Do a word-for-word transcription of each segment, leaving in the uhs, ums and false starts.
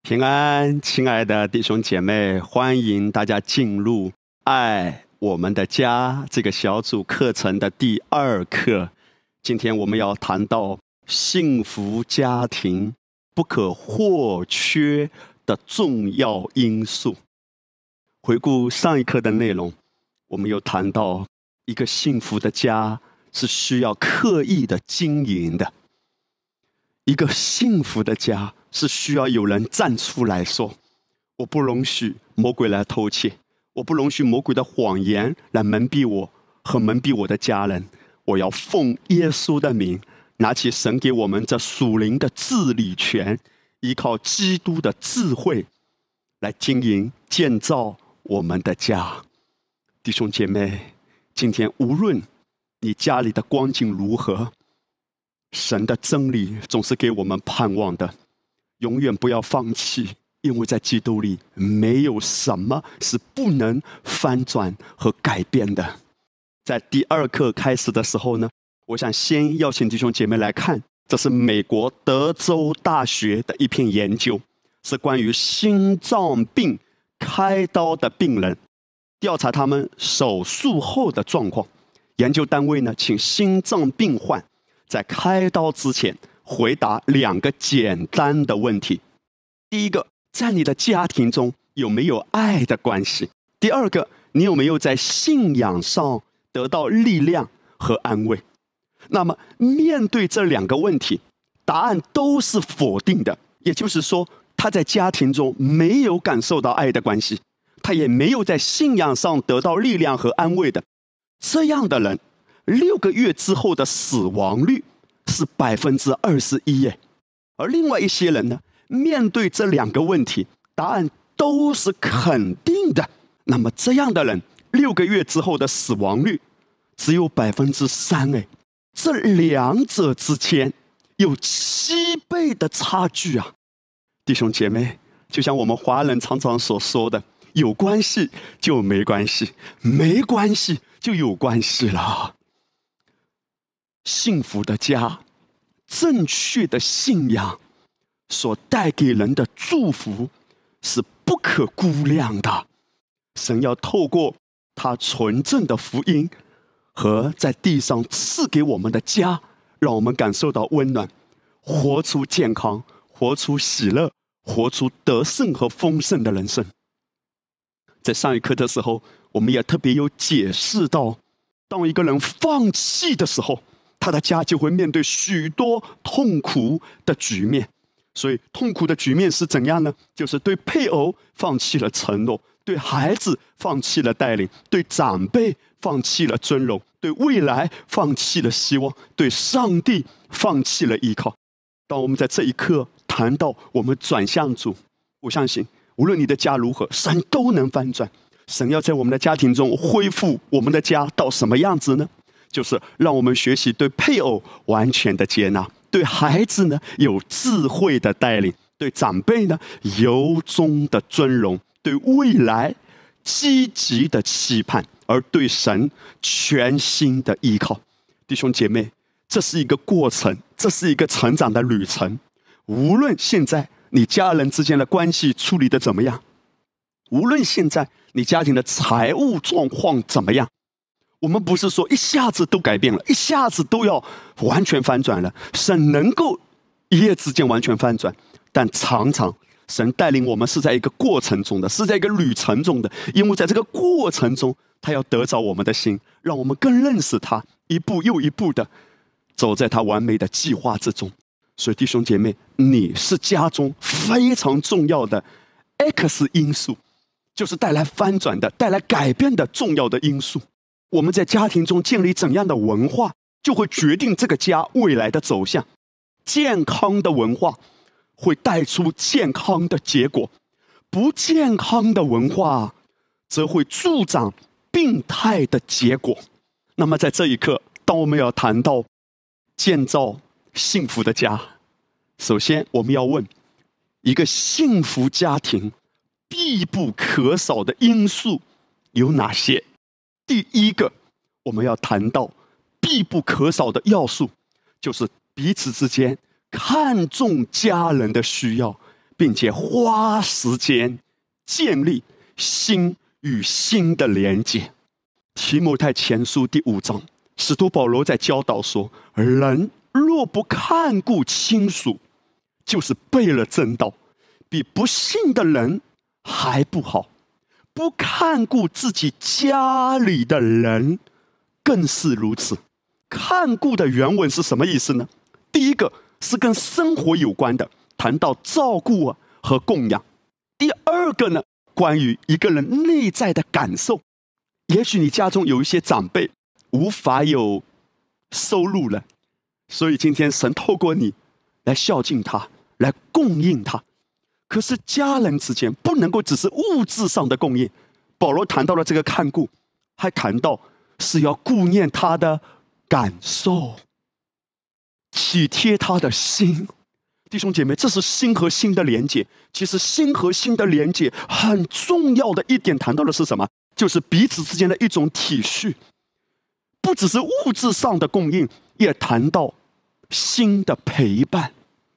平安，亲爱的弟兄姐妹，欢迎大家进入爱我们的家这个小组课程的第二课。今天我们要谈到幸福家庭不可或缺的重要因素。回顾上一课的内容，我们有谈到一个幸福的家是需要刻意的经营的，一个幸福的家是需要有人站出来说，我不容许魔鬼来偷窃，我不容许魔鬼的谎言来蒙蔽我和蒙蔽我的家人。我要奉耶稣的名，拿起神给我们这属灵的治理权，依靠基督的智慧来经营建造我们的家。弟兄姐妹，今天无论你家里的光景如何，神的真理总是给我们盼望的。永远不要放弃，因为在基督里没有什么是不能翻转和改变的。在第二课开始的时候呢，我想先邀请弟兄姐妹来看，这是美国德州大学的一篇研究，是关于心脏病开刀的病人，调查他们手术后的状况。研究单位呢，请心脏病患在开刀之前回答两个简单的问题。第一个，在你的家庭中有没有爱的关系？第二个，你有没有在信仰上得到力量和安慰？那么面对这两个问题，答案都是否定的，也就是说，他在家庭中没有感受到爱的关系，他也没有在信仰上得到力量和安慰的。这样的人，六个月之后的死亡率是百分之二十一耶。而另外一些人呢，面对这两个问题，答案都是肯定的。那么这样的人，六个月之后的死亡率只有百分之三哎。这两者之间有七倍的差距啊！弟兄姐妹，就像我们华人常常所说的，有关系就没关系，没关系就有关系了。幸福的家，正确的信仰所带给人的祝福是不可估量的。神要透过他纯正的福音和在地上赐给我们的家，让我们感受到温暖，活出健康，活出喜乐，活出得胜和丰盛的人生。在上一课的时候，我们也特别有解释到，当一个人放弃的时候，他的家就会面对许多痛苦的局面。所以痛苦的局面是怎样呢？就是对配偶放弃了承诺，对孩子放弃了带领，对长辈放弃了尊荣，对未来放弃了希望，对上帝放弃了依靠。当我们在这一刻谈到我们转向主，我相信无论你的家如何，神都能翻转。神要在我们的家庭中恢复我们的家到什么样子呢？就是让我们学习对配偶完全的接纳，对孩子呢有智慧的带领，对长辈呢由衷的尊荣，对未来积极的期盼，而对神全心的依靠。弟兄姐妹，这是一个过程，这是一个成长的旅程。无论现在你家人之间的关系处理的怎么样，无论现在你家庭的财务状况怎么样，我们不是说一下子都改变了，一下子都要完全翻转了。神能够一夜之间完全翻转，但常常神带领我们是在一个过程中的，是在一个旅程中的。因为在这个过程中，他要得着我们的心，让我们更认识他，一步又一步的走在他完美的计划之中。所以弟兄姐妹，你是家中非常重要的 X 因素，就是带来翻转的、带来改变的重要的因素。我们在家庭中建立怎样的文化，就会决定这个家未来的走向。健康的文化会带出健康的结果，不健康的文化则会助长病态的结果。那么在这一刻，当我们要谈到建造幸福的家，首先我们要问，一个幸福家庭必不可少的因素有哪些？第一个，我们要谈到必不可少的要素，就是彼此之间看重家人的需要， 并且花时间建立心与心的连结。提摩太前书第五章，使徒保罗在教导说，人若不看顾亲属，就是背了正道，比不信的人还不好。不看顾自己家里的人更是如此。看顾的原文是什么意思呢？第一个是跟生活有关的，谈到照顾啊和供养。第二个呢，关于一个人内在的感受。也许你家中有一些长辈无法有收入了，所以今天神透过你来孝敬他，来供应他。可是家人之间不能够只是物质上的供应，保罗谈到了这个看顾，还谈到是要顾念他的感受，体贴他的心。弟兄姐妹，这是心和心的连结。其实心和心的连结很重要的一点谈到的是什么？就是彼此之间的一种体恤，不只是物质上的供应，也谈到心的陪伴，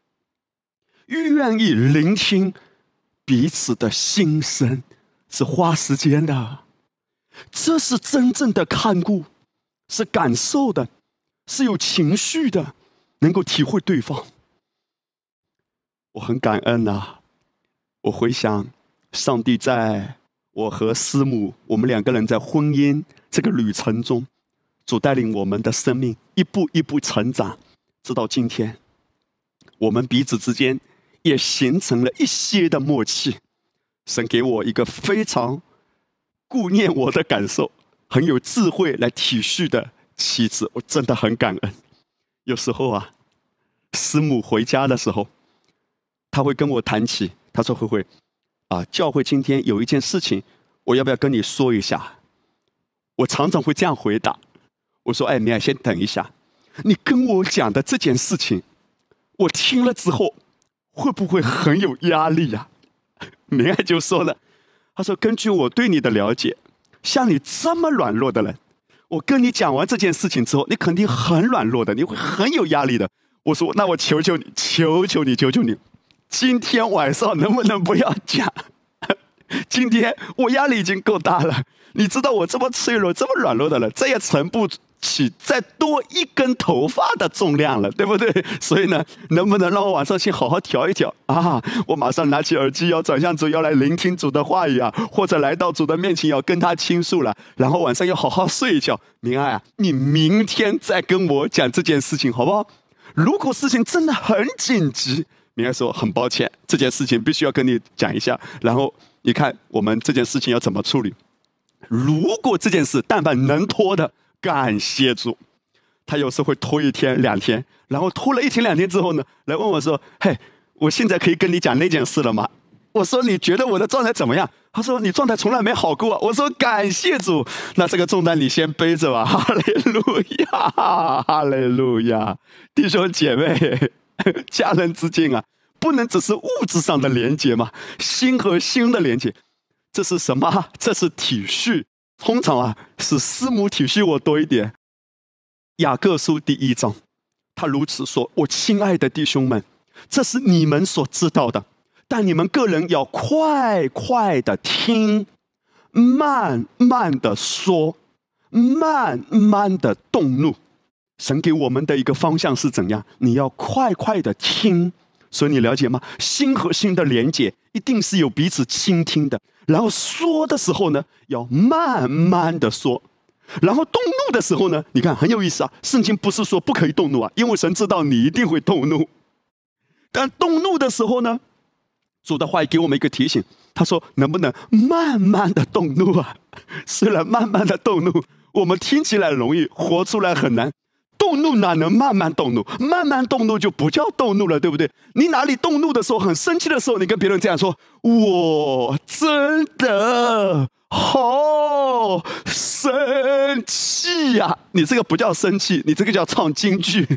愿意聆听彼此的心声，是花时间的。这是真正的看顾，是感受的，是有情绪的，能够体会对方。我很感恩啊！我回想上帝在我和师母，我们两个人在婚姻这个旅程中，主带领我们的生命一步一步成长，直到今天，我们彼此之间也形成了一些的默契。神给我一个非常顾念我的感受，很有智慧来体恤的妻子，我真的很感恩。有时候啊，师母回家的时候，他会跟我谈起，他说：“慧慧啊，教会今天有一件事情，我要不要跟你说一下？”我常常会这样回答，我说：“哎，明爱，先等一下，你跟我讲的这件事情，我听了之后，会不会很有压力呀？”明爱就说了，他说：“根据我对你的了解，像你这么软弱的人，我跟你讲完这件事情之后，你肯定很软弱的，你会很有压力的。”我说：“那我求求你，求求你，求求你。今天晚上能不能不要讲？今天我压力已经够大了，你知道我这么脆弱、这么软弱的人，这也承不起再多一根头发的重量了，对不对？所以呢，能不能让我晚上先好好调一调啊？我马上拿起耳机，要转向主，要来聆听主的话语啊，或者来到主的面前要跟他倾诉了，然后晚上要好好睡一觉。明爱啊，你明天再跟我讲这件事情好不好？如果事情真的很紧急，明爱说很抱歉，这件事情必须要跟你讲一下，然后你看我们这件事情要怎么处理。如果这件事但凡能拖的，感谢主。他有时候会拖一天两天，然后拖了一天两天之后呢，来问我说：“嘿，我现在可以跟你讲那件事了吗？”我说：“你觉得我的状态怎么样？”他说：“你状态从来没好过啊。”我说：“感谢主，那这个重担你先背着吧。”哈利路亚，哈利路亚，弟兄姐妹，家人之间啊，不能只是物质上的连结嘛，心和心的连结，这是什么？这是体恤。通常啊，是师母体恤我多一点。雅各书第一章，他如此说：“我亲爱的弟兄们，这是你们所知道的，但你们个人要快快的听，慢慢的说，慢慢的动怒。”神给我们的一个方向是怎样？你要快快的听。所以你了解吗？心和心的连结一定是有彼此倾听的，然后说的时候呢，要慢慢的说，然后动怒的时候呢，你看很有意思啊。圣经不是说不可以动怒啊，因为神知道你一定会动怒。但动怒的时候呢，主的话也给我们一个提醒，他说能不能慢慢的动怒啊？虽然慢慢的动怒，我们听起来容易，活出来很难。动怒哪能慢慢动怒？慢慢动怒就不叫动怒了，对不对？你哪里动怒的时候，很生气的时候，你跟别人这样说：“我真的好生气呀、啊！”你这个不叫生气，你这个叫唱京剧。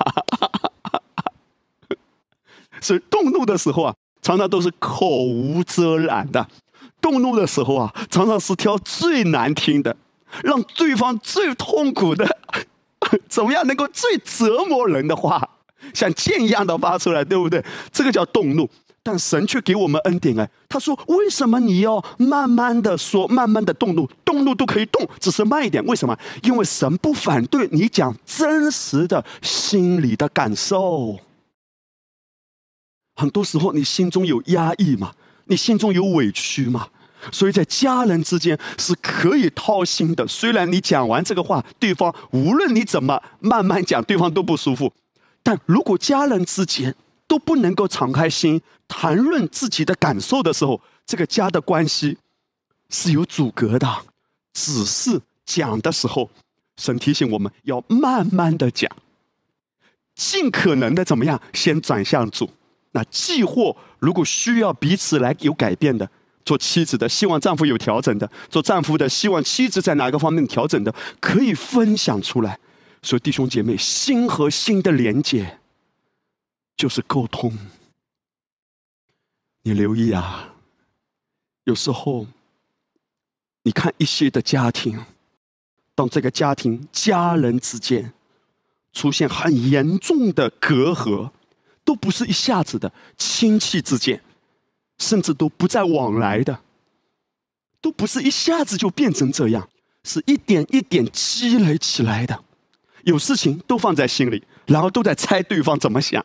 所以动怒的时候啊，常常都是口无遮拦的。动怒的时候啊，常常是挑最难听的，让对方最痛苦的。怎么样能够最折磨人的话，像剑一样的发出来，对不对？这个叫动怒。 但神却给我们恩典哎，他说：“为什么你要慢慢的说，慢慢的动怒？动怒都可以动，只是慢一点。为什么？因为神不反对你讲真实的心里的感受。很多时候你心中有压抑嘛，你心中有委屈嘛，所以在家人之间是可以掏心的。虽然你讲完这个话，对方无论你怎么慢慢讲，对方都不舒服。但如果家人之间都不能够敞开心谈论自己的感受的时候，这个家的关系是有阻隔的。只是讲的时候，神提醒我们要慢慢的讲，尽可能的怎么样，先转向主。那既或如果需要彼此来有改变的，做妻子的希望丈夫有调整的，做丈夫的希望妻子在哪个方面调整的，可以分享出来。所以弟兄姐妹，心和心的连结就是沟通。你留意啊，有时候你看一些的家庭，当这个家庭家人之间出现很严重的隔阂，都不是一下子的，亲戚之间甚至都不再往来的，都不是一下子就变成这样，是一点一点积累起来的。有事情都放在心里，然后都在猜对方怎么想。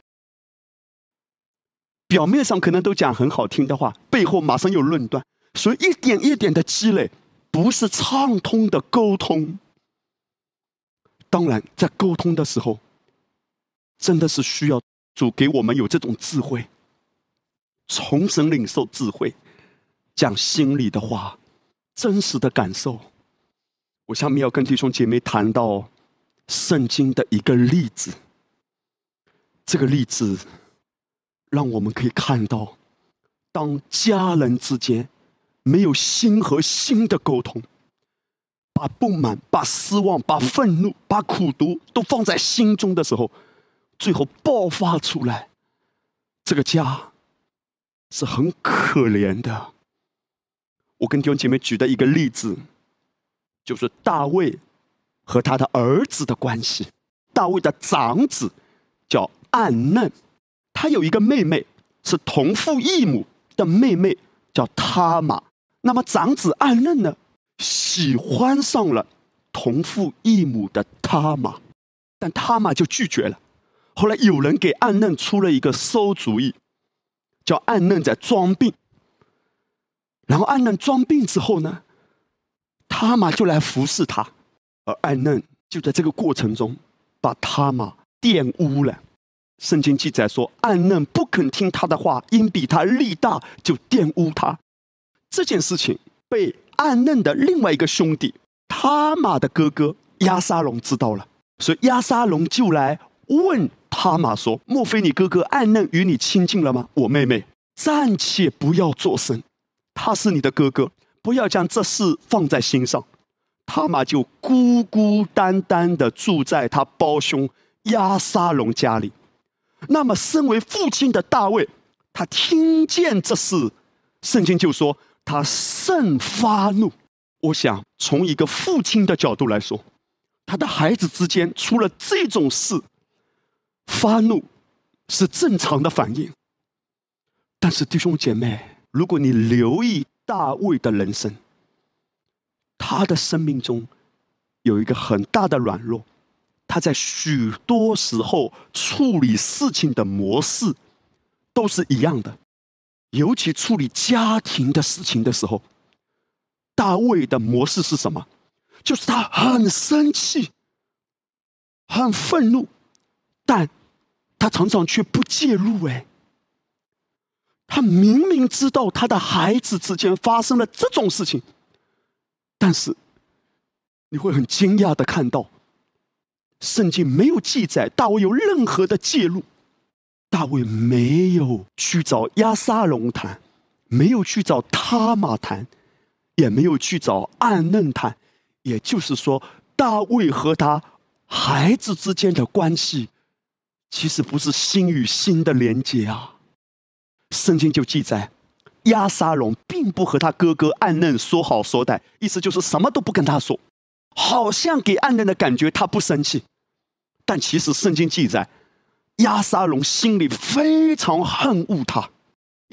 表面上可能都讲很好听的话，背后马上有论断，所以一点一点的积累，不是畅通的沟通。当然，在沟通的时候，真的是需要主给我们有这种智慧，从神领受智慧，讲心里的话，真实的感受。我下面要跟弟兄姐妹谈到圣经的一个例子，这个例子让我们可以看到，当家人之间没有心和心的沟通，把不满、把失望、把愤怒、把苦毒都放在心中的时候，最后爆发出来，这个家是很可怜的。我跟弟兄姐妹举的一个例子，就是大卫和他的儿子的关系。大卫的长子叫暗嫩，他有一个妹妹是同父异母的妹妹，叫他玛。那么长子暗嫩呢，喜欢上了同父异母的他玛，但他玛就拒绝了。后来有人给暗嫩出了一个馊主意，叫暗嫩在装病。然后暗嫩装病之后呢，他玛就来服侍他，而暗嫩就在这个过程中把他玛玷污了。圣经记载说，暗嫩不肯听他的话，因比他力大，就玷污他。这件事情被暗嫩的另外一个兄弟他玛的哥哥押沙龙知道了，所以押沙龙就来问他玛说：莫非你哥哥暗嫩与你亲近了吗？我妹妹，暂且不要作声，他是你的哥哥，不要将这事放在心上。他玛就孤孤单单的住在他胞兄押沙龙家里。那么身为父亲的大卫，他听见这事，圣经就说他甚发怒。我想从一个父亲的角度来说，他的孩子之间出了这种事，发怒是正常的反应。但是弟兄姐妹，如果你留意大卫的人生，他的生命中有一个很大的软弱，他在许多时候处理事情的模式都是一样的，尤其处理家庭的事情的时候，大卫的模式是什么？就是他很生气，很愤怒，但他常常却不介入。哎，他明明知道他的孩子之间发生了这种事情，但是你会很惊讶的看到，圣经没有记载大卫有任何的介入。大卫没有去找押沙龙谈，没有去找他玛谈，也没有去找暗嫩谈。也就是说，大卫和他孩子之间的关系其实不是心与心的连结啊。圣经就记载，押沙龙并不和他哥哥暗嫩说好说歹，意思就是什么都不跟他说，好像给暗嫩的感觉他不生气，但其实圣经记载，押沙龙心里非常恨恶他，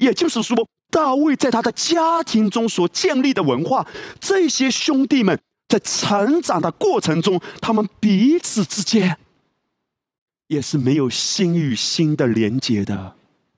也就是说，大卫在他的家庭中所建立的文化，这些兄弟们在成长的过程中，他们彼此之间也是没有心与心的连结的。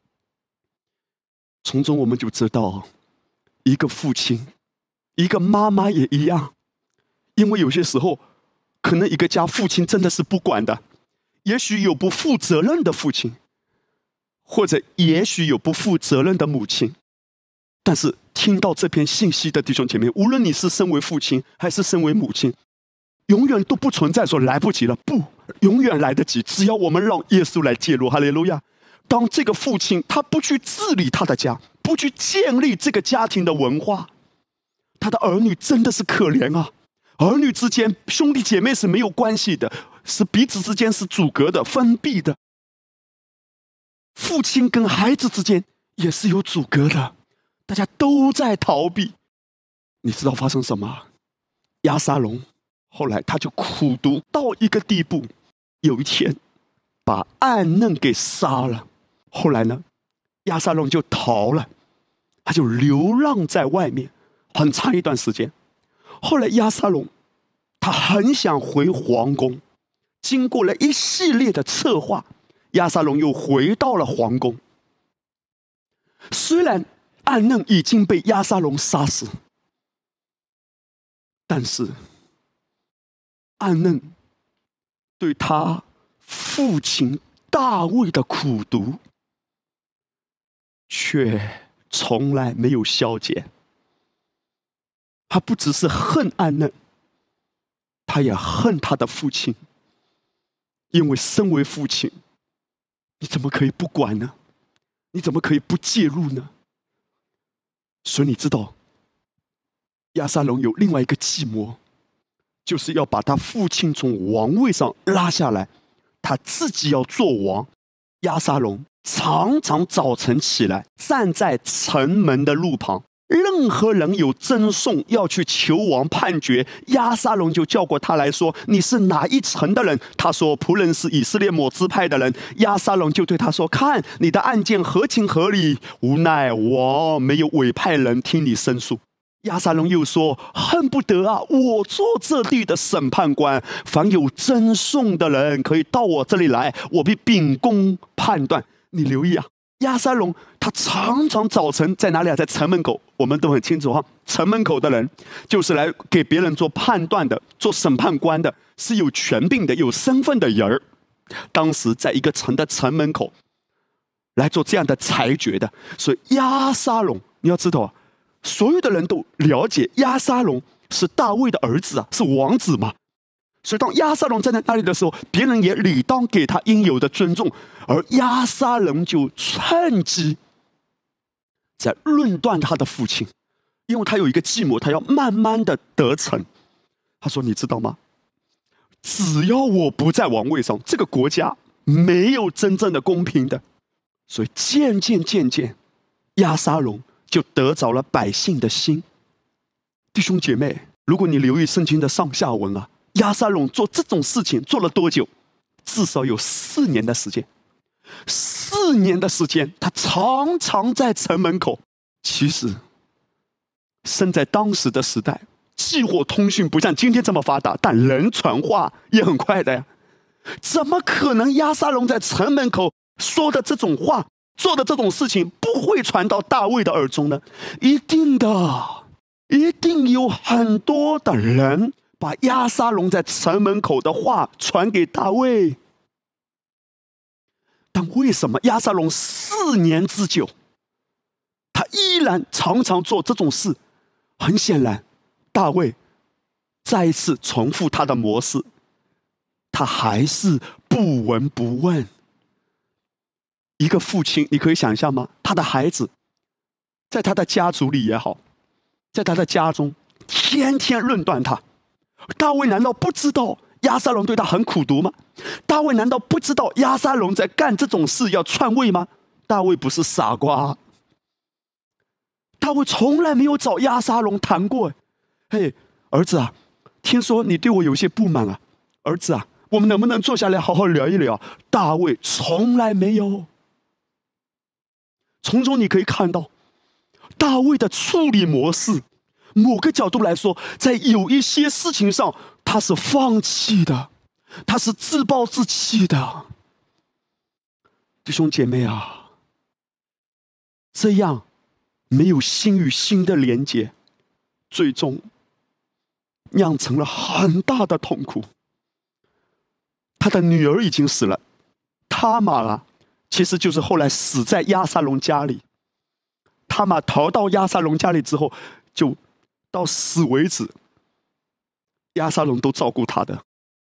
从中我们就知道，一个父亲，一个妈妈也一样，因为有些时候，可能一个家父亲真的是不管的，也许有不负责任的父亲，或者也许有不负责任的母亲。但是听到这篇信息的弟兄姐妹，无论你是身为父亲还是身为母亲，永远都不存在说来不及了，不，永远来得及，只要我们让耶稣来介入。哈利路亚！当这个父亲他不去治理他的家，不去建立这个家庭的文化，他的儿女真的是可怜啊！儿女之间兄弟姐妹是没有关系的，是彼此之间是阻隔的、封闭的。父亲跟孩子之间也是有阻隔的，大家都在逃避。你知道发生什么？押沙龙后来他就苦毒到一个地步，有一天把暗嫩给杀了。后来呢，押沙龙就逃了，他就流浪在外面很长一段时间。后来押沙龙他很想回皇宫，经过了一系列的策划，押沙龙又回到了皇宫。虽然暗嫩已经被押沙龙杀死，但是暗嫩对他父亲大卫的苦毒却从来没有消减。他不只是恨暗嫩，他也恨他的父亲，因为身为父亲，你怎么可以不管呢？你怎么可以不介入呢？所以你知道，押沙龙有另外一个计谋，就是要把他父亲从王位上拉下来，他自己要做王。押沙龙常常早晨起来，站在城门的路旁，任何人有争讼要去求王判决，押沙龙就叫过他来说：“你是哪一城的人？”他说：“仆人是以色列某支派的人。”押沙龙就对他说：“看你的案件合情合理，无奈我没有委派人听你申诉。”押沙龙又说：“恨不得啊，我做这地的审判官，凡有争讼的人可以到我这里来，我必秉公判断。”你留意啊，押沙龙他常常早晨在哪里啊？在城门口，我们都很清楚哈。城门口的人就是来给别人做判断的，做审判官的，是有权柄的、有身份的人儿。当时在一个城的城门口来做这样的裁决的，所以押沙龙，你要知道啊，所有的人都了解押沙龙是大卫的儿子啊，是王子嘛。所以当押沙龙站在那里的时候，别人也理当给他应有的尊重，而押沙龙就趁机在论断他的父亲，因为他有一个计谋，他要慢慢的得逞。他说：“你知道吗？只要我不在王位上，这个国家没有真正的公平的。”所以渐渐渐渐，押沙龙就得着了百姓的心。弟兄姐妹，如果你留意圣经的上下文啊，押沙龙做这种事情做了多久？至少有四年的时间。四年的时间，他常常在城门口。其实，生在当时的时代，寄货通讯不像今天这么发达，但人传话也很快的呀。怎么可能押沙龙在城门口说的这种话，做的这种事情不会传到大卫的耳中呢？一定的，一定有很多的人把押沙龙在城门口的话传给大卫。但为什么押沙龙四年之久，他依然常常做这种事？很显然，大卫再一次重复他的模式，他还是不闻不问。一个父亲，你可以想象吗？他的孩子在他的家族里也好，在他的家中天天论断他。大卫难道不知道押沙龙对他很苦毒吗？大卫难道不知道押沙龙在干这种事要篡位吗？大卫不是傻瓜，大卫从来没有找押沙龙谈过。嘿，儿子啊，听说你对我有些不满啊，儿子啊，我们能不能坐下来好好聊一聊？大卫从来没有， 从中你可以看到大卫的处理模式，某个角度来说，在有一些事情上他是放弃的，他是自暴自弃的。弟兄姐妹啊，这样没有心与心的连接，最终酿成了很大的痛苦。他的女儿已经死了，他玛啊，其实就是后来死在押沙龙家里。他玛逃到押沙龙家里之后，就到死为止，押沙龙都照顾他的。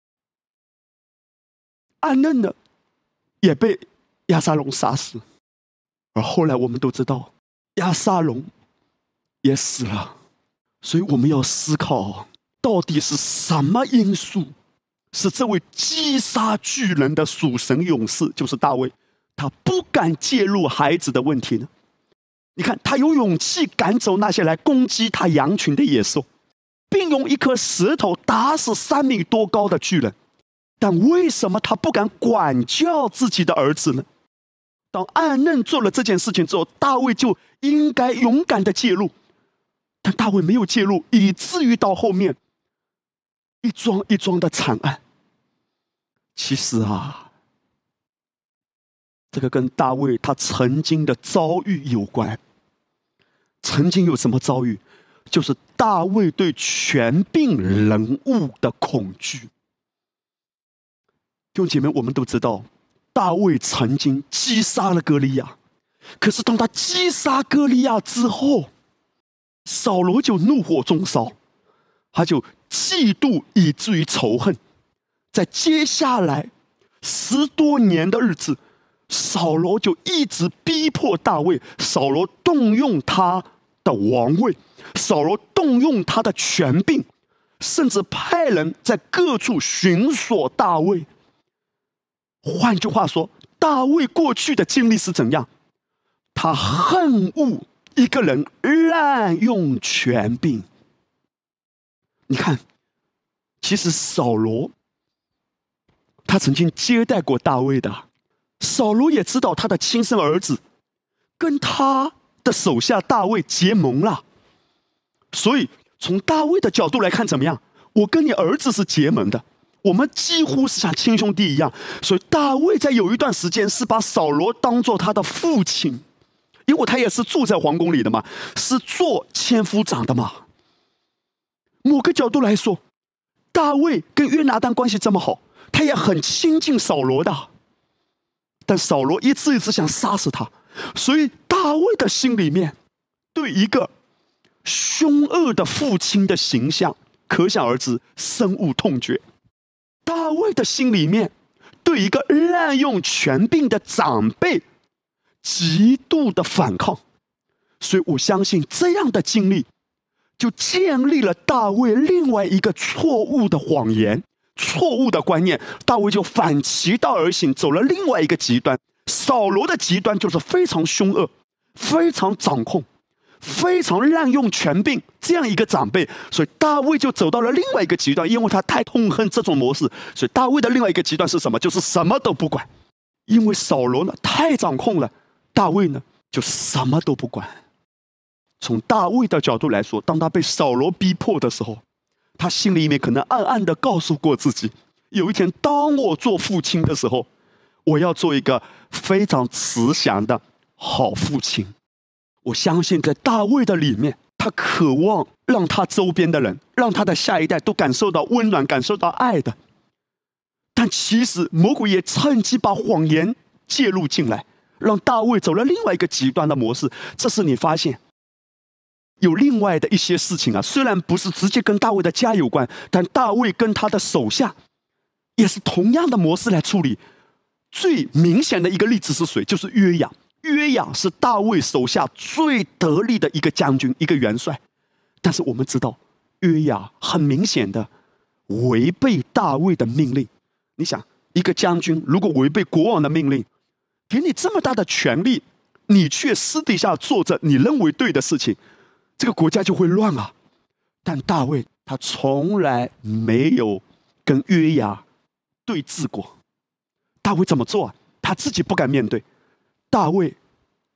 暗嫩的也被押沙龙杀死，而后来我们都知道，押沙龙也死了。所以我们要思考，到底是什么因素使这位击杀巨人的属神勇士，就是大卫，他不敢介入孩子的问题呢？你看，他有勇气赶走那些来攻击他羊群的野兽，并用一颗石头打死三米多高的巨人。但为什么他不敢管教自己的儿子呢？当暗嫩做了这件事情之后，大卫就应该勇敢的介入，但大卫没有介入，以至于到后面一桩一桩的惨案。其实啊，这个跟大卫他曾经的遭遇有关。曾经有什么遭遇？就是大卫对权柄人物的恐惧。弟兄姐妹，我们都知道，大卫曾经击杀了歌利亚，可是当他击杀歌利亚之后，扫罗就怒火中烧，他就嫉妒以至于仇恨。在接下来十多年的日子，扫罗就一直逼迫大卫，扫罗动用他的王位，扫罗动用他的权柄，甚至派人在各处寻索大卫。换句话说，大卫过去的经历是怎样？他恨恶一个人滥用权柄。你看，其实扫罗他曾经接待过大卫的，扫罗也知道他的亲生儿子跟他的手下大卫结盟了，所以从大卫的角度来看，怎么样？我跟你儿子是结盟的，我们几乎是像亲兄弟一样。所以大卫在有一段时间是把扫罗当作他的父亲，因为他也是住在皇宫里的嘛，是做千夫长的嘛。某个角度来说，大卫跟约拿单关系这么好，他也很亲近扫罗的，但扫罗一次一次想杀死他，所以大卫的心里面对一个凶恶的父亲的形象可想而知，深恶痛绝。大卫的心里面对一个滥用权柄的长辈极度的反抗，所以我相信这样的经历就建立了大卫另外一个错误的谎言，错误的观念。大卫就反其道而行，走了另外一个极端。扫罗的极端就是非常凶恶，非常掌控，非常滥用权柄这样一个长辈，所以大卫就走到了另外一个极端。因为他太痛恨这种模式，所以大卫的另外一个极端是什么？就是什么都不管。因为扫罗呢太掌控了，大卫呢就什么都不管。从大卫的角度来说，当他被扫罗逼迫的时候，他心里面可能暗暗的告诉过自己，有一天当我做父亲的时候，我要做一个非常慈祥的好父亲。我相信在大卫的里面，他渴望让他周边的人，让他的下一代都感受到温暖，感受到爱的。但其实魔鬼也趁机把谎言介入进来，让大卫走了另外一个极端的模式。这是你发现有另外的一些事情啊，虽然不是直接跟大卫的家有关，但大卫跟他的手下也是同样的模式来处理。最明显的一个例子是谁？就是约雅。约雅是大卫手下最得力的一个将军，一个元帅。但是我们知道，约雅很明显的违背大卫的命令。你想，一个将军如果违背国王的命令，给你这么大的权力，你却私底下做着你认为对的事情，这个国家就会乱啊。但大卫他从来没有跟约雅对峙过。大卫怎么做啊？他自己不敢面对。大卫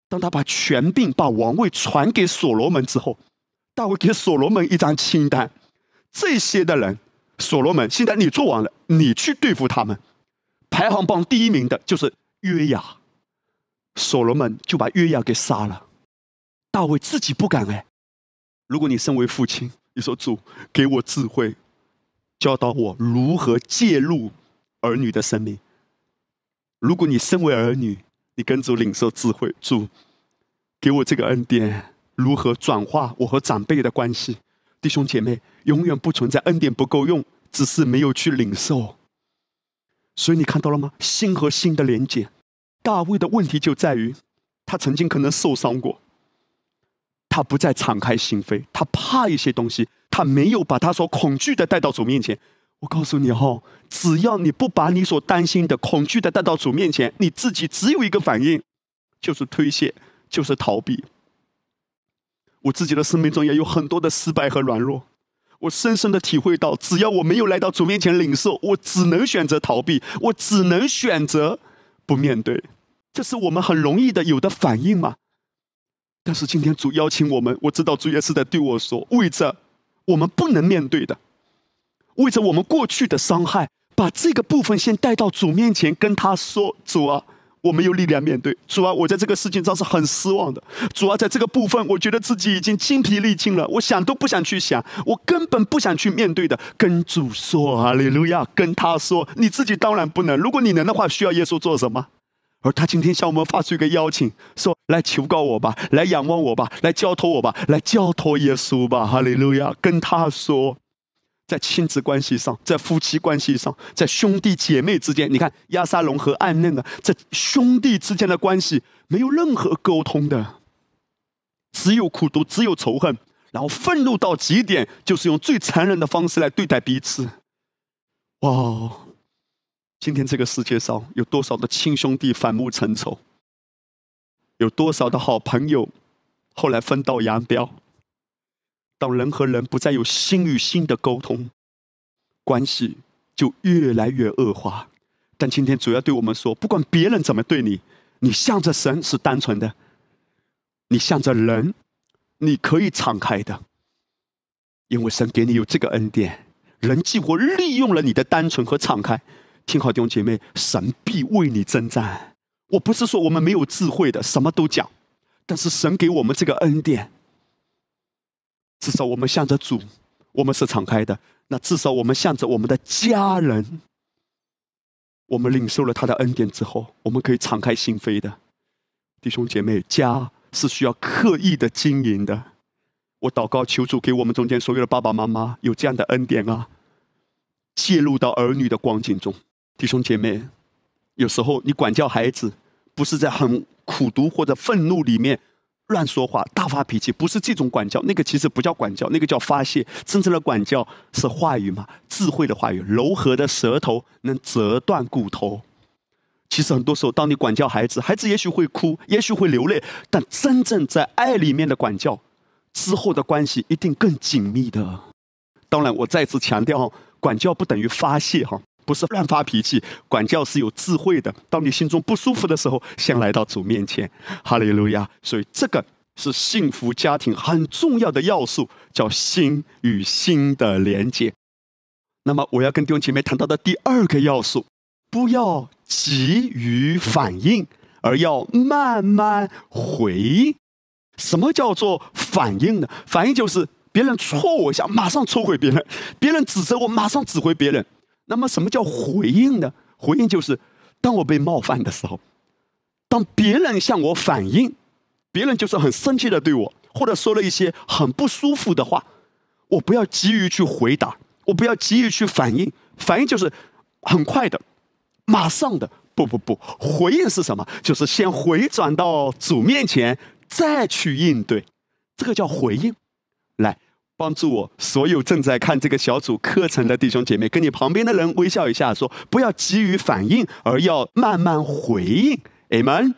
当他把权柄、把王位传给所罗门之后，大卫给所罗门一张清单，这些的人，所罗门，现在你做完了，你去对付他们。排行榜第一名的就是约雅，所罗门就把约雅给杀了。大卫自己不敢哎。如果你身为父亲，你说主给我智慧，教导我如何介入儿女的生命。如果你身为儿女，你跟主领受智慧，主给我这个恩典，如何转化我和长辈的关系。弟兄姐妹，永远不存在恩典不够用，只是没有去领受。所以你看到了吗？心和心的连接。大卫的问题就在于，他曾经可能受伤过，他不再敞开心扉，他怕一些东西，他没有把他所恐惧的带到主面前。我告诉你哦，只要你不把你所担心的、恐惧的带到主面前，你自己只有一个反应，就是推卸，就是逃避。我自己的生命中也有很多的失败和软弱，我深深的体会到，只要我没有来到主面前领受，我只能选择逃避，我只能选择不面对。这是我们很容易的有的反应嘛。但是今天主邀请我们，我知道主也是在对我说，为着我们不能面对的，为着我们过去的伤害，把这个部分先带到主面前，跟他说，主啊，我没有力量面对，主啊，我在这个事情上是很失望的，主啊，在这个部分我觉得自己已经精疲力尽了，我想都不想去想，我根本不想去面对的。跟主说，哈利路亚，跟他说，你自己当然不能，如果你能的话，需要耶稣做什么？而他今天向我们发出一个邀请，说来求告我吧，来仰望我吧，来交托我吧，来交托耶稣吧，哈利路亚。跟他说，在亲子关系上，在夫妻关系上，在兄弟姐妹之间，你看押沙龙和暗嫩啊，在兄弟之间的关系没有任何沟通的，只有苦毒，只有仇恨，然后愤怒到极点，就是用最残忍的方式来对待彼此。哇！今天这个世界上有多少的亲兄弟反目成仇，有多少的好朋友后来分道扬镳。当人和人不再有心与心的沟通，关系就越来越恶化。但今天主要对我们说，不管别人怎么对你，你向着神是单纯的，你向着人你可以敞开的，因为神给你有这个恩典。人既或利用了你的单纯和敞开，听好弟兄姐妹，神必为你征战。我不是说我们没有智慧的，什么都讲，但是神给我们这个恩典，至少我们向着主，我们是敞开的。那至少我们向着我们的家人，我们领受了他的恩典之后，我们可以敞开心扉的。弟兄姐妹，家是需要刻意的经营的。我祷告求主给我们中间所有的爸爸妈妈有这样的恩典啊，介入到儿女的光景中。弟兄姐妹，有时候你管教孩子，不是在很苦毒或者愤怒里面乱说话、大发脾气，不是这种管教，那个其实不叫管教，那个叫发泄。真正的管教是话语嘛，智慧的话语，柔和的舌头能折断骨头。其实很多时候，当你管教孩子，孩子也许会哭，也许会流泪，但真正在爱里面的管教之后的关系一定更紧密的。当然，我再次强调，管教不等于发泄哈。不是乱发脾气，管教是有智慧的。当你心中不舒服的时候，先来到主面前，哈利路亚。所以这个是幸福家庭很重要的要素，叫心与心的连接。那么我要跟弟兄姐妹谈到的第二个要素，不要急于反应，而要慢慢回应。什么叫做反应呢？反应就是别人戳我一下，马上戳回别人；别人指责我，马上指回别人。那么什么叫回应呢？回应就是当我被冒犯的时候，当别人向我反应，别人就是很生气的对我，或者说了一些很不舒服的话，我不要急于去回答，我不要急于去反应。反应就是很快的，马上的。不不不，回应是什么？就是先回转到主面前，再去应对，这个叫回应。来，帮助我所有正在看这个小组课程的弟兄姐妹，跟你旁边的人微笑一下，说不要急于反应，而要慢慢回应。 Amen。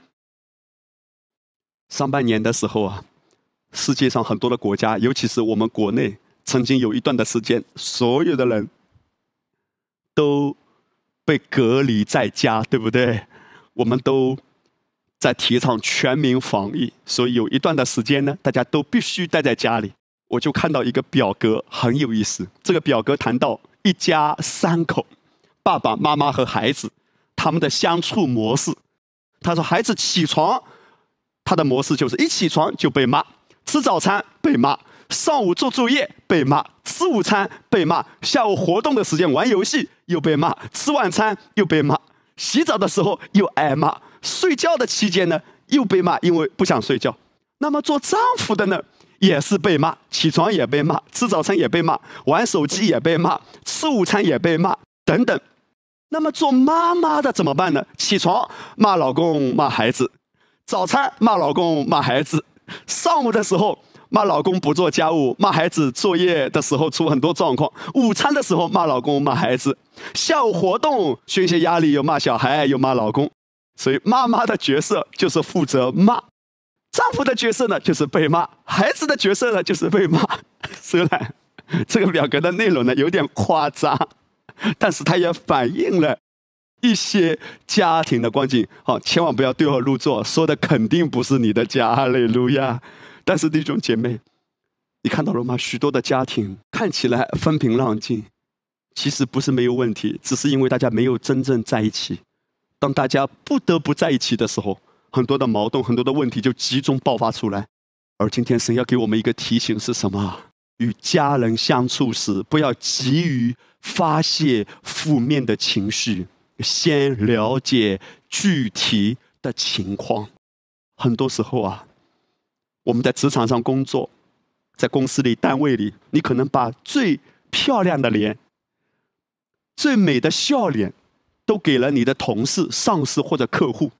上半年的时候啊，世界上很多的国家，尤其是我们国内，曾经有一段的时间，所有的人都被隔离在家，对不对？我们都在提倡全民防疫，所以有一段的时间呢，大家都必须待在家里。我就看到一个表格很有意思，这个表格谈到一家三口，爸爸妈妈和孩子他们的相处模式。他说孩子起床，他的模式就是一起床就被骂，吃早餐被骂，上午做作业被骂，吃午餐被骂，下午活动的时间玩游戏又被骂，吃晚餐又被骂，洗澡的时候又挨骂，睡觉的期间呢又被骂，因为不想睡觉。那么做丈夫的呢也是被骂，起床也被骂，吃早餐也被骂，玩手机也被骂，吃午餐也被骂等等。那么做妈妈的怎么办呢？起床骂老公骂孩子，早餐骂老公骂孩子，上午的时候骂老公不做家务，骂孩子作业的时候出很多状况，午餐的时候骂老公骂孩子，下午活动宣泄压力又骂小孩又骂老公。所以妈妈的角色就是负责骂，丈夫的角色呢就是被骂，孩子的角色呢就是被骂。虽然这个表格的内容呢有点夸张，但是它也反映了一些家庭的光景。好，千万不要对号入座，说的肯定不是你的家，哈利路亚。但是弟兄姐妹，你看到了吗？许多的家庭看起来风平浪静，其实不是没有问题，只是因为大家没有真正在一起。当大家不得不在一起的时候，很多的矛盾，很多的问题就集中爆发出来。而今天神要给我们一个提醒是什么？与家人相处时，不要急于发泄负面的情绪，先了解具体的情况。很多时候啊，我们在职场上工作，在公司里、单位里，你可能把最漂亮的脸、最美的笑脸都给了你的同事、上司或者客户，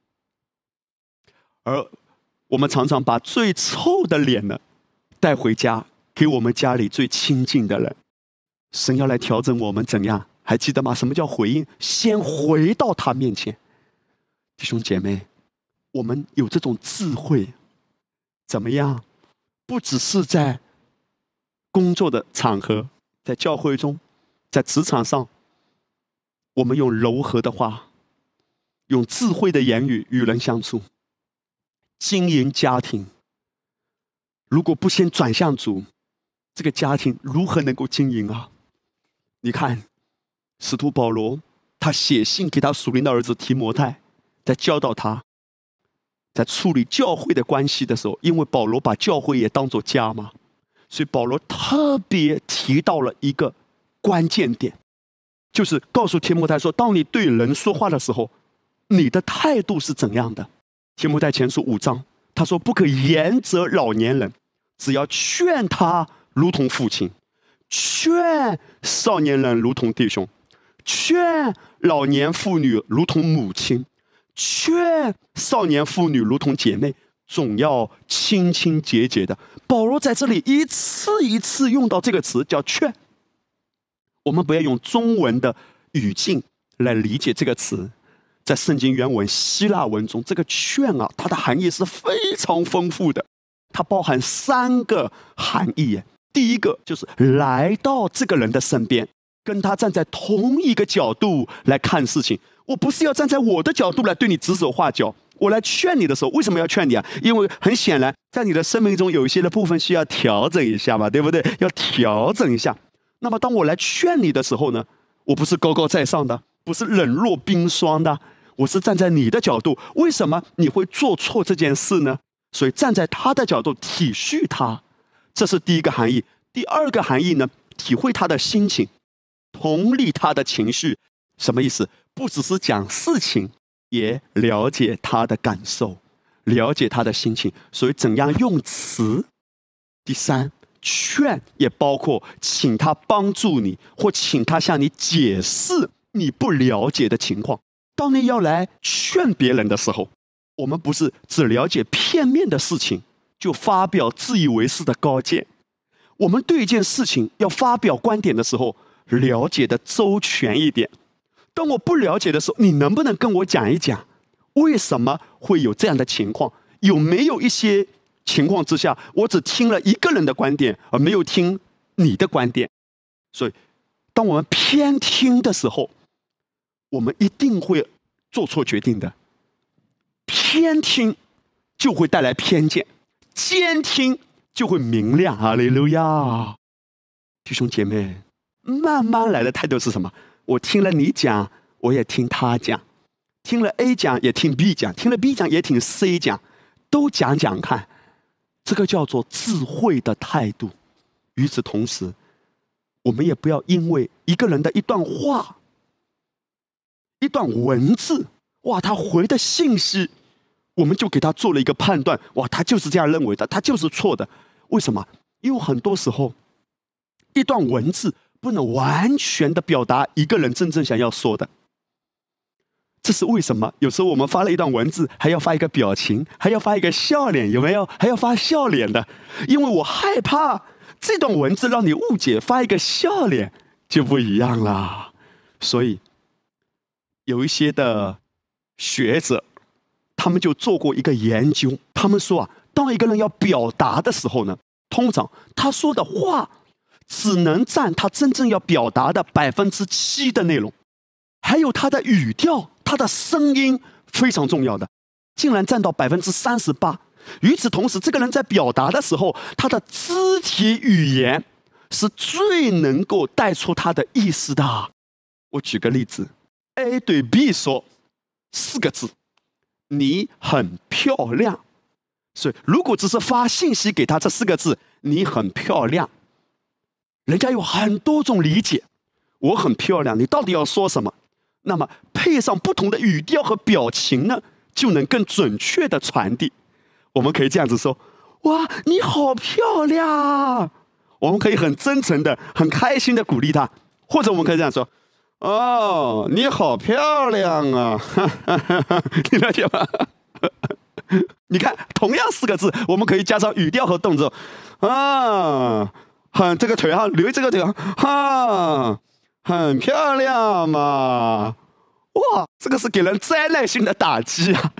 而我们常常把最臭的脸呢带回家，给我们家里最亲近的人。神要来调整我们，怎样？还记得吗？什么叫回应？先回到他面前。弟兄姐妹，我们有这种智慧，怎么样？不只是在工作的场合，在教会中，在职场上，我们用柔和的话，用智慧的言语与人相处，经营家庭。如果不先转向主，这个家庭如何能够经营啊？你看使徒保罗，他写信给他属灵的儿子提摩太，在教导他，在处理教会的关系的时候，因为保罗把教会也当作家嘛，所以保罗特别提到了一个关键点，就是告诉提摩太说，当你对人说话的时候，你的态度是怎样的。提摩太前书五章，他说不可严责老年人，只要劝他如同父亲，劝少年人如同弟兄，劝老年妇女如同母亲，劝少年妇女如同姐妹，总要清清洁洁的。保罗在这里一次一次用到这个词叫劝。我们不要用中文的语境来理解这个词，在圣经原文希腊文中，这个劝啊，它的含义是非常丰富的，它包含三个含义。第一个就是来到这个人的身边，跟他站在同一个角度来看事情。我不是要站在我的角度来对你指手画脚，我来劝你的时候，为什么要劝你啊？因为很显然，在你的生命中有一些的部分需要调整一下嘛，对不对？要调整一下。那么当我来劝你的时候呢，我不是高高在上的，不是冷若冰霜的，我是站在你的角度。为什么你会做错这件事呢？所以站在他的角度体恤他，这是第一个含义。第二个含义呢，体会他的心情，同理他的情绪。什么意思？不只是讲事情，也了解他的感受，了解他的心情。所以怎样用词？第三，劝也包括请他帮助你，或请他向你解释你不了解的情况。当你要来劝别人的时候，我们不是只了解片面的事情就发表自以为是的高见。我们对一件事情要发表观点的时候，了解的周全一点。当我不了解的时候，你能不能跟我讲一讲，为什么会有这样的情况？有没有一些情况之下，我只听了一个人的观点，而没有听你的观点？所以，当我们偏听的时候，我们一定会做错决定的。 偏听就会带来偏见，监听就会明亮。哈利路亚！弟兄姐妹，慢慢来的态度是什么？我听了你讲，我也听他讲，听了 A 讲也听 B 讲，听了 B 讲也听 C 讲，都讲讲看。这个叫做智慧的态度。与此同时，我们也不要因为一个人的一段话、一段文字，哇，他回的信息，我们就给他做了一个判断，哇，他就是这样认为的，他就是错的。为什么？因为很多时候，一段文字不能完全的表达一个人真正想要说的。这是为什么？有时候我们发了一段文字，还要发一个表情，还要发一个笑脸，有没有？还要发笑脸的，因为我害怕这段文字让你误解，发一个笑脸就不一样啦。所以，有一些的学者，他们就做过一个研究，他们说啊，当一个人要表达的时候呢，通常他说的话只能占他真正要表达的百分之七的内容，还有他的语调。他的声音非常重要的，竟然占到百分之三十八。与此同时，这个人在表达的时候，他的肢体语言是最能够带出他的意思的。我举个例子 ，A 对 B 说四个字：“你很漂亮。”所以，如果只是发信息给他这四个字“你很漂亮”，人家有很多种理解。我很漂亮，你到底要说什么？那么配上不同的语调和表情呢，就能更准确的传递。我们可以这样子说：“哇，你好漂亮！”我们可以很真诚的、很开心的鼓励他，或者我们可以这样说：“哦，你好漂亮啊！”你了解吗？你看，同样四个字，我们可以加上语调和动作啊，很这个腿哈，留这个腿哈。很漂亮嘛！哇，这个是给人灾难性的打击啊！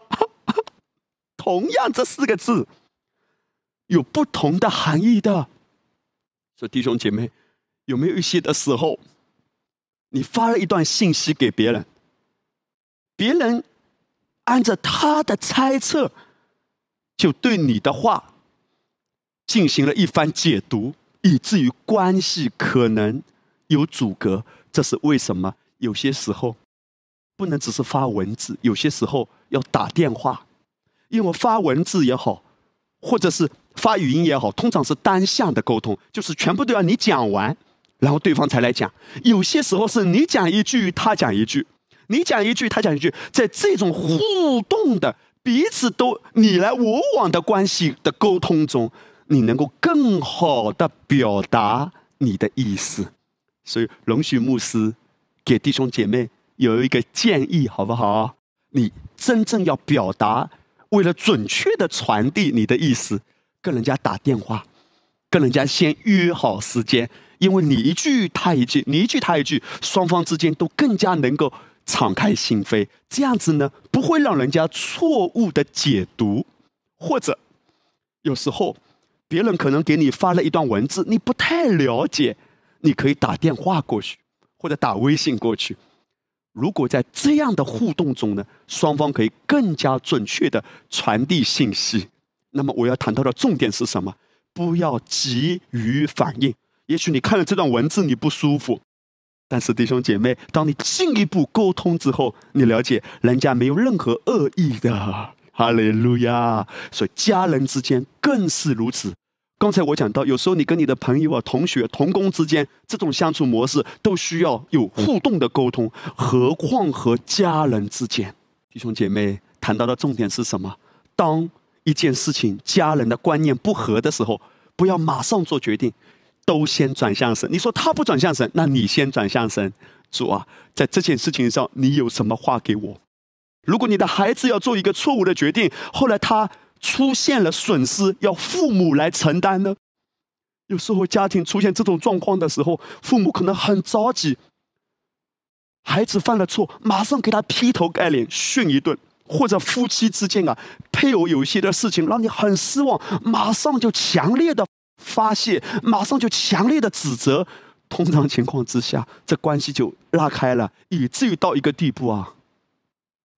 同样这四个字有不同的含义的。所以弟兄姐妹，有没有一些的时候，你发了一段信息给别人，别人按照他的猜测，就对你的话进行了一番解读，以至于关系可能有阻隔。这是为什么？有些时候不能只是发文字，有些时候要打电话。因为发文字也好，或者是发语音也好，通常是单向的沟通，就是全部都要你讲完，然后对方才来讲。有些时候是你讲一句，他讲一句，你讲一句，他讲一句，在这种互动的彼此都你来我往的关系的沟通中，你能够更好的表达你的意思。所以容许牧师给弟兄姐妹有一个建议，好不好？你真正要表达，为了准确的传递你的意思，跟人家打电话，跟人家先约好时间，因为你一句他一句，你一句他一句，双方之间都更加能够敞开心扉，这样子呢，不会让人家错误的解读。或者有时候别人可能给你发了一段文字，你不太了解，你可以打电话过去，或者打微信过去。如果在这样的互动中呢，双方可以更加准确的传递信息。那么我要谈到的重点是什么？不要急于反应。也许你看了这段文字你不舒服，但是弟兄姐妹，当你进一步沟通之后，你了解人家没有任何恶意的。哈利路亚！所以家人之间更是如此。刚才我讲到，有时候你跟你的朋友啊、同学、同工之间，这种相处模式都需要有互动的沟通，何况和家人之间。弟兄姐妹，谈到的重点是什么？当一件事情家人的观念不合的时候，不要马上做决定，都先转向神。你说他不转向神，那你先转向神。主啊，在这件事情上，你有什么话给我？如果你的孩子要做一个错误的决定，后来他出现了损失，要父母来承担呢？有时候家庭出现这种状况的时候，父母可能很着急，孩子犯了错，马上给他劈头盖脸训一顿，或者夫妻之间啊，配偶有一些的事情让你很失望，马上就强烈的发泄，马上就强烈的指责。通常情况之下，这关系就拉开了，以至于到一个地步啊，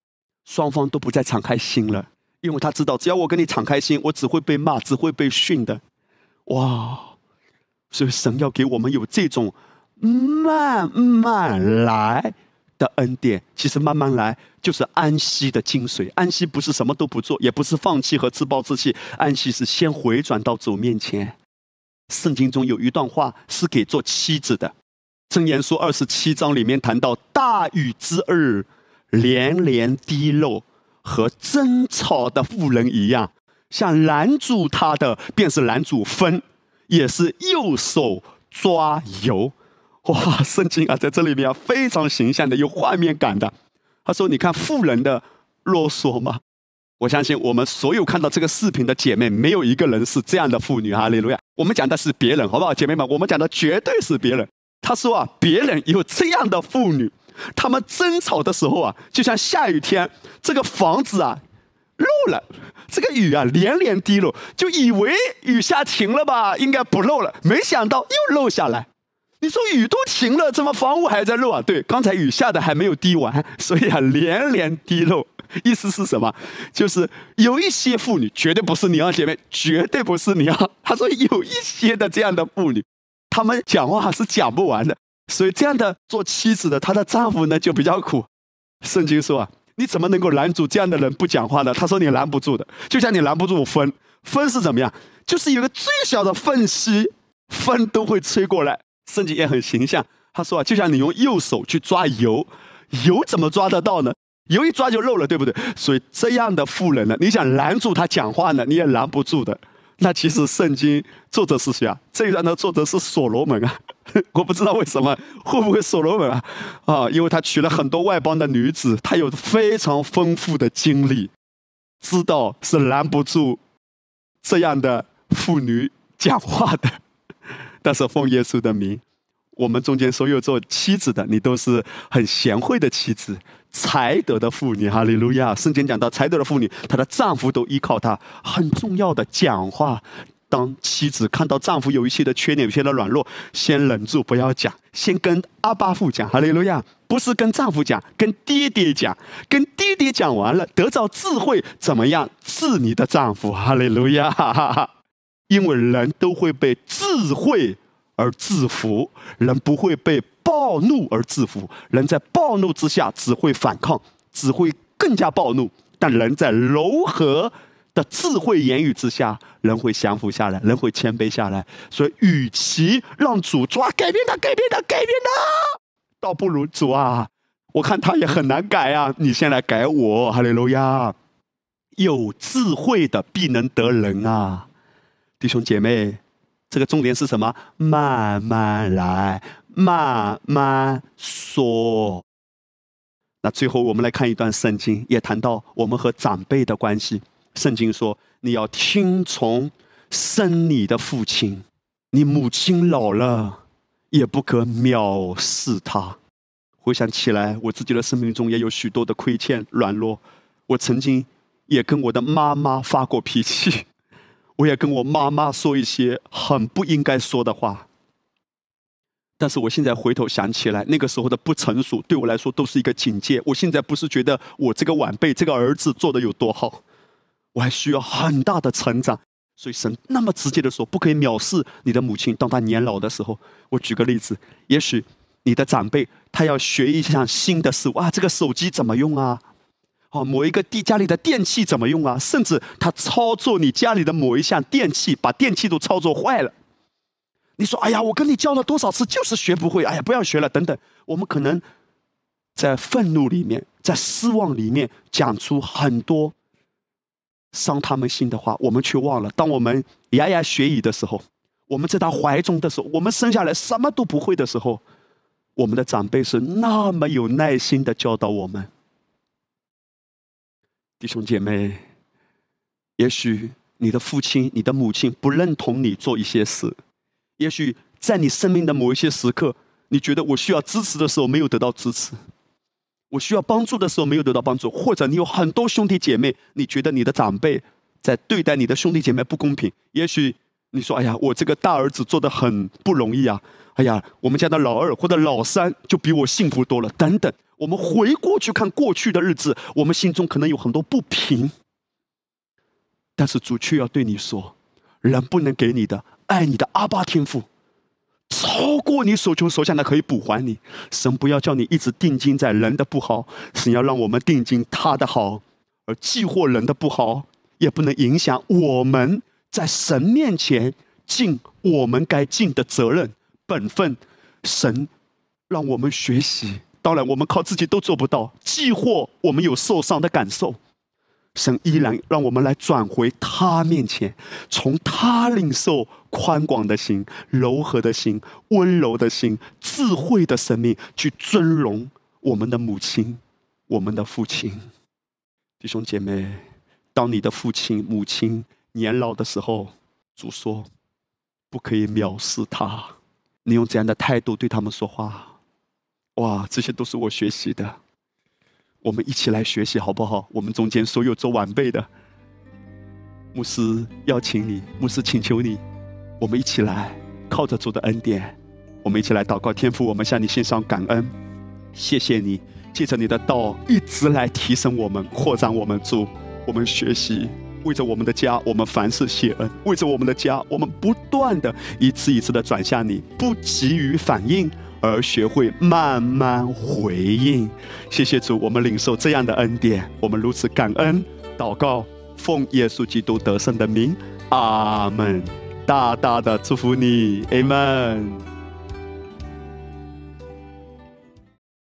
双方都不再敞开心了，因为他知道，只要我跟你敞开心，我只会被骂，只会被训的。哇！所以神要给我们有这种慢慢来的恩典。其实慢慢来就是安息的精髓。安息不是什么都不做，也不是放弃和自暴自弃，安息是先回转到主面前。圣经中有一段话是给做妻子的，箴言书二十七章里面谈到，大雨之日连连滴漏，和争吵的妇人一样，像拦住他的便是拦住风，也是右手抓油。哇，圣经啊，在这里面啊，非常形象的，有画面感的。他说：“你看妇人的啰嗦吗？”我相信我们所有看到这个视频的姐妹，没有一个人是这样的妇女。哈利路亚！我们讲的是别人，好不好，姐妹们？我们讲的绝对是别人。他说啊，别人有这样的妇女，他们争吵的时候啊，就像下雨天，这个房子啊漏了，这个雨啊连连滴漏，就以为雨下停了吧，应该不漏了，没想到又漏下来。你说雨都停了，怎么房屋还在漏啊？对，刚才雨下的还没有滴完，所以啊连连滴漏。意思是什么？就是有一些妇女，绝对不是你啊，姐妹，绝对不是你啊。他说有一些的这样的妇女，她们讲话是讲不完的，所以这样的做妻子的，她的丈夫呢就比较苦。圣经说啊，你怎么能够拦住这样的人不讲话呢？他说你拦不住的，就像你拦不住风。风是怎么样？就是有个最小的缝隙，风都会吹过来。圣经也很形象，他说啊，就像你用右手去抓油，油怎么抓得到呢？油一抓就漏了，对不对？所以这样的妇人呢，你想拦住他讲话呢，你也拦不住的。那其实圣经作者是谁啊？这一段的作者是所罗门啊。我不知道为什么，会不会所罗门啊？啊，因为他娶了很多外邦的女子，他有非常丰富的经历，知道是拦不住这样的妇女讲话的。但是奉耶稣的名，我们中间所有做妻子的，你都是很贤惠的妻子，才德的妇女。哈利路亚！圣经讲到才德的妇女，她的丈夫都依靠她。很重要的讲话，当妻子看到丈夫有一些的缺点，有一些的软弱，先忍住不要讲，先跟阿爸父讲。哈利路亚！不是跟丈夫讲，跟爹爹讲，跟爹爹讲完了，得到智慧，怎么样治你的丈夫？哈利路亚！哈哈哈！因为人都会被智慧而制服，人不会被暴怒而制服。人在暴怒之下只会反抗，只会更加暴怒。但人在柔和的智慧言语之下，人会降服下来，人会谦卑下来。所以，与其让主抓改变他、改变他、改变他，倒不如主啊，我看他也很难改啊，你先来改我。哈利路亚！有智慧的必能得人啊。弟兄姐妹，这个重点是什么？慢慢来，慢慢说。那最后我们来看一段圣经，也谈到我们和长辈的关系。圣经说，你要听从生你的父亲，你母亲老了，也不可藐视他。回想起来，我自己的生命中也有许多的亏欠、软弱。我曾经也跟我的妈妈发过脾气，我也跟我妈妈说一些很不应该说的话。但是我现在回头想起来，那个时候的不成熟对我来说都是一个警戒。我现在不是觉得我这个晚辈这个儿子做的有多好，我还需要很大的成长。所以神那么直接的说，不可以藐视你的母亲，当她年老的时候。我举个例子，也许你的长辈他要学一项新的事物啊，这个手机怎么用啊？哦，某一个地家里的电器怎么用啊？甚至他操作你家里的某一项电器，把电器都操作坏了。你说，哎呀，我跟你教了多少次，就是学不会，哎呀，不要学了，等等。我们可能在愤怒里面，在失望里面，讲出很多伤他们心的话，我们却忘了，当我们牙牙学语的时候，我们在他怀中的时候，我们生下来什么都不会的时候，我们的长辈是那么有耐心的教导我们。弟兄姐妹，也许你的父亲、你的母亲不认同你做一些事，也许在你生命的某一些时刻，你觉得我需要支持的时候没有得到支持，我需要帮助的时候没有得到帮助，或者你有很多兄弟姐妹，你觉得你的长辈在对待你的兄弟姐妹不公平，也许你说：“哎呀，我这个大儿子做得很不容易啊！哎呀，我们家的老二或者老三就比我幸福多了。”等等，我们回过去看过去的日子，我们心中可能有很多不平。但是主却要对你说：“人不能给你的，爱你的阿爸天父，超过你所求所想的可以补还你。神不要叫你一直定睛在人的不好，神要让我们定睛他的好，而忌讳人的不好，也不能影响我们在神面前尽我们该尽的责任本分。神让我们学习，当然我们靠自己都做不到，忌讳我们有受伤的感受，神依然让我们来转回他面前，从他领受宽广的心、柔和的心、温柔的心、智慧的生命，去尊荣我们的母亲、我们的父亲。弟兄姐妹，当你的父亲、母亲年老的时候，主说不可以藐视他，你用这样的态度对他们说话。哇，这些都是我学习的，我们一起来学习好不好？我们中间所有做晚辈的，牧师邀请你，牧师请求你，我们一起来靠着主的恩典，我们一起来祷告。天父，我们向你献上感恩，谢谢你借着你的道一直来提升我们、扩展我们。主，我们学习为着我们的家，我们凡事谢恩；为着我们的家，我们不断的一次一次的转向你，不急于反应，而学会慢慢回应。谢谢主，我们领受这样的恩典，我们如此感恩祷告，奉耶稣基督得胜的名，阿们。大大的祝福你，阿们。